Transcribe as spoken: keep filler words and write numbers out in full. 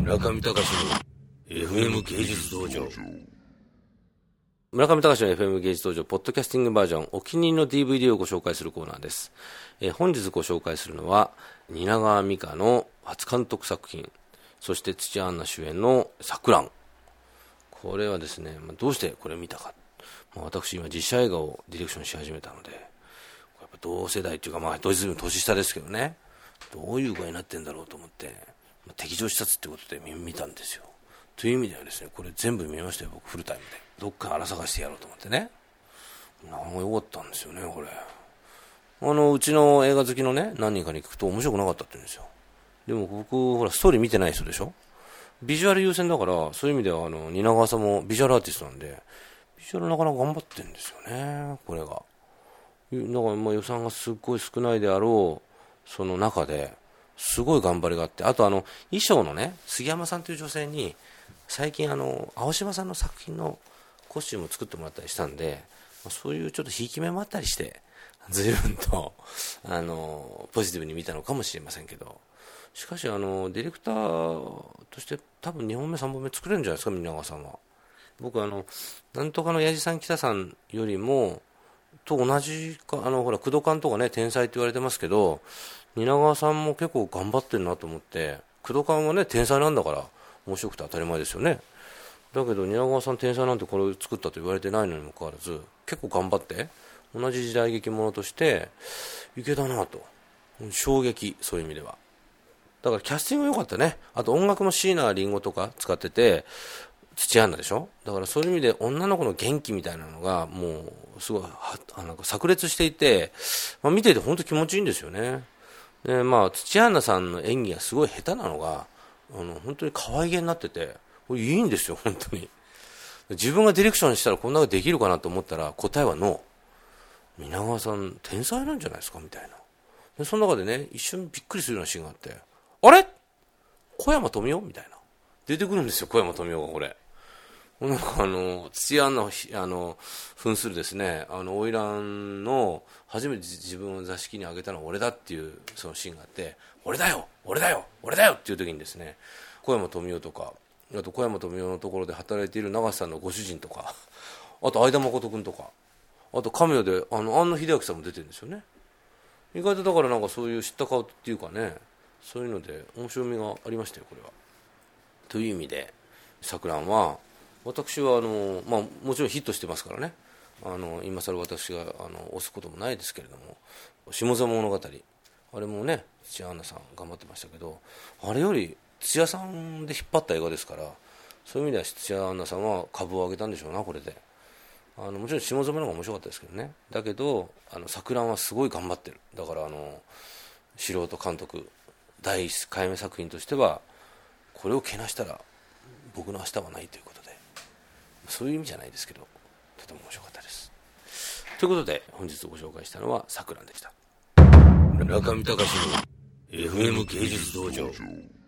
村上隆の エフエム 芸術道場。村上隆の エフエム 芸術道場ポッドキャスティングバージョン、お気に入りの ディーブイディー をご紹介するコーナーです。えー、本日ご紹介するのは蜷川実花の初監督作品、そして土屋アンナ主演の錯乱。これはですね、まあ、どうしてこれを見たか、まあ、私今実写映画をディレクションし始めたので、やっぱ同世代というか、まあ同年下ですけどね、どういう具合になってんだろうと思って、まあ、適上視察ってことで 見, 見たんですよ。という意味ではですね、これ全部見ましたよ、僕フルタイムで。どっか荒探してやろうと思ってね。なんか良かったんですよね、これ。あのうちの映画好きのね、何人かに聞くと面白くなかったって言うんですよ。でも僕ほらストーリー見てない人でしょ。ビジュアル優先だから、そういう意味ではあの蜷川さんもビジュアルアーティストなんで、ビジュアルなかなか頑張ってるんですよね、これが。だからまあ予算がすっごい少ないであろうその中ですごい頑張りがあって、あとあの衣装のね、杉山さんという女性に最近あの青島さんの作品のコスチュームを作ってもらったりしたんで、そういうちょっとひいき目もあったりして随分とあのポジティブに見たのかもしれませんけど、しかしあのディレクターとして多分にほんめさんぼんめ作れるんじゃないですか、蜷川さんは。僕あのなんとかの矢地さん北さんよりもと同じか、あのほら工藤館とかね天才って言われてますけど、蜷川さんも結構頑張ってるなと思って。工藤館はね天才なんだから面白くて当たり前ですよね。だけど蜷川さん天才なんてこれを作ったと言われてないのにもかかわらず、結構頑張って同じ時代劇ものとしていけたなと、衝撃、そういう意味では。だからキャスティング良かったね。あと音楽も椎名林檎とか使ってて、土屋アンナでしょ。だからそういう意味で女の子の元気みたいなのがもうすごいはなんか炸裂していて、まあ、見ていて本当気持ちいいんですよね。でまあ土屋アンナさんの演技がすごい下手なのが、あの本当に可愛げになってて、これいいんですよ本当に。自分がディレクションしたらこんなのできるかなと思ったら答えはノー。蜷川さん天才なんじゃないですかみたいな。でその中でね、一瞬びっくりするようなシーンがあって、あれ小山富夫みたいな出てくるんですよ、小山富夫が。これなんかあの土屋アンナをあの扮するですね、あの花魁の初めて自分を座敷に上げたのは俺だっていうそのシーンがあって、俺だよ俺だよ俺だよっていう時にですね、小山富夫とか、あと小山富夫のところで働いている長瀬さんのご主人とか、あと相田誠君とか、あとカメオであの庵野秀明さんも出てるんですよね。意外とだからなんかそういう知った顔っていうかね、そういうので面白みがありましたよ、これは。という意味で錯乱は私はあの、まあ、もちろんヒットしてますからね、あの今更私があの押すこともないですけれども、下妻物語、あれもね土屋アンナさん頑張ってましたけど、あれより土屋さんで引っ張った映画ですから、そういう意味では土屋アンナさんは株を上げたんでしょうな、これで。あのもちろん下妻の方が面白かったですけどね。だけどあの錯乱はすごい頑張ってる。だからあの素人監督だいいっかいめ作品としてはこれをけなしたら僕の明日はないということで、そういう意味じゃないですけどとても面白かったです。ということで本日ご紹介したのは錯乱でした。村上隆の エフエム 芸術道場。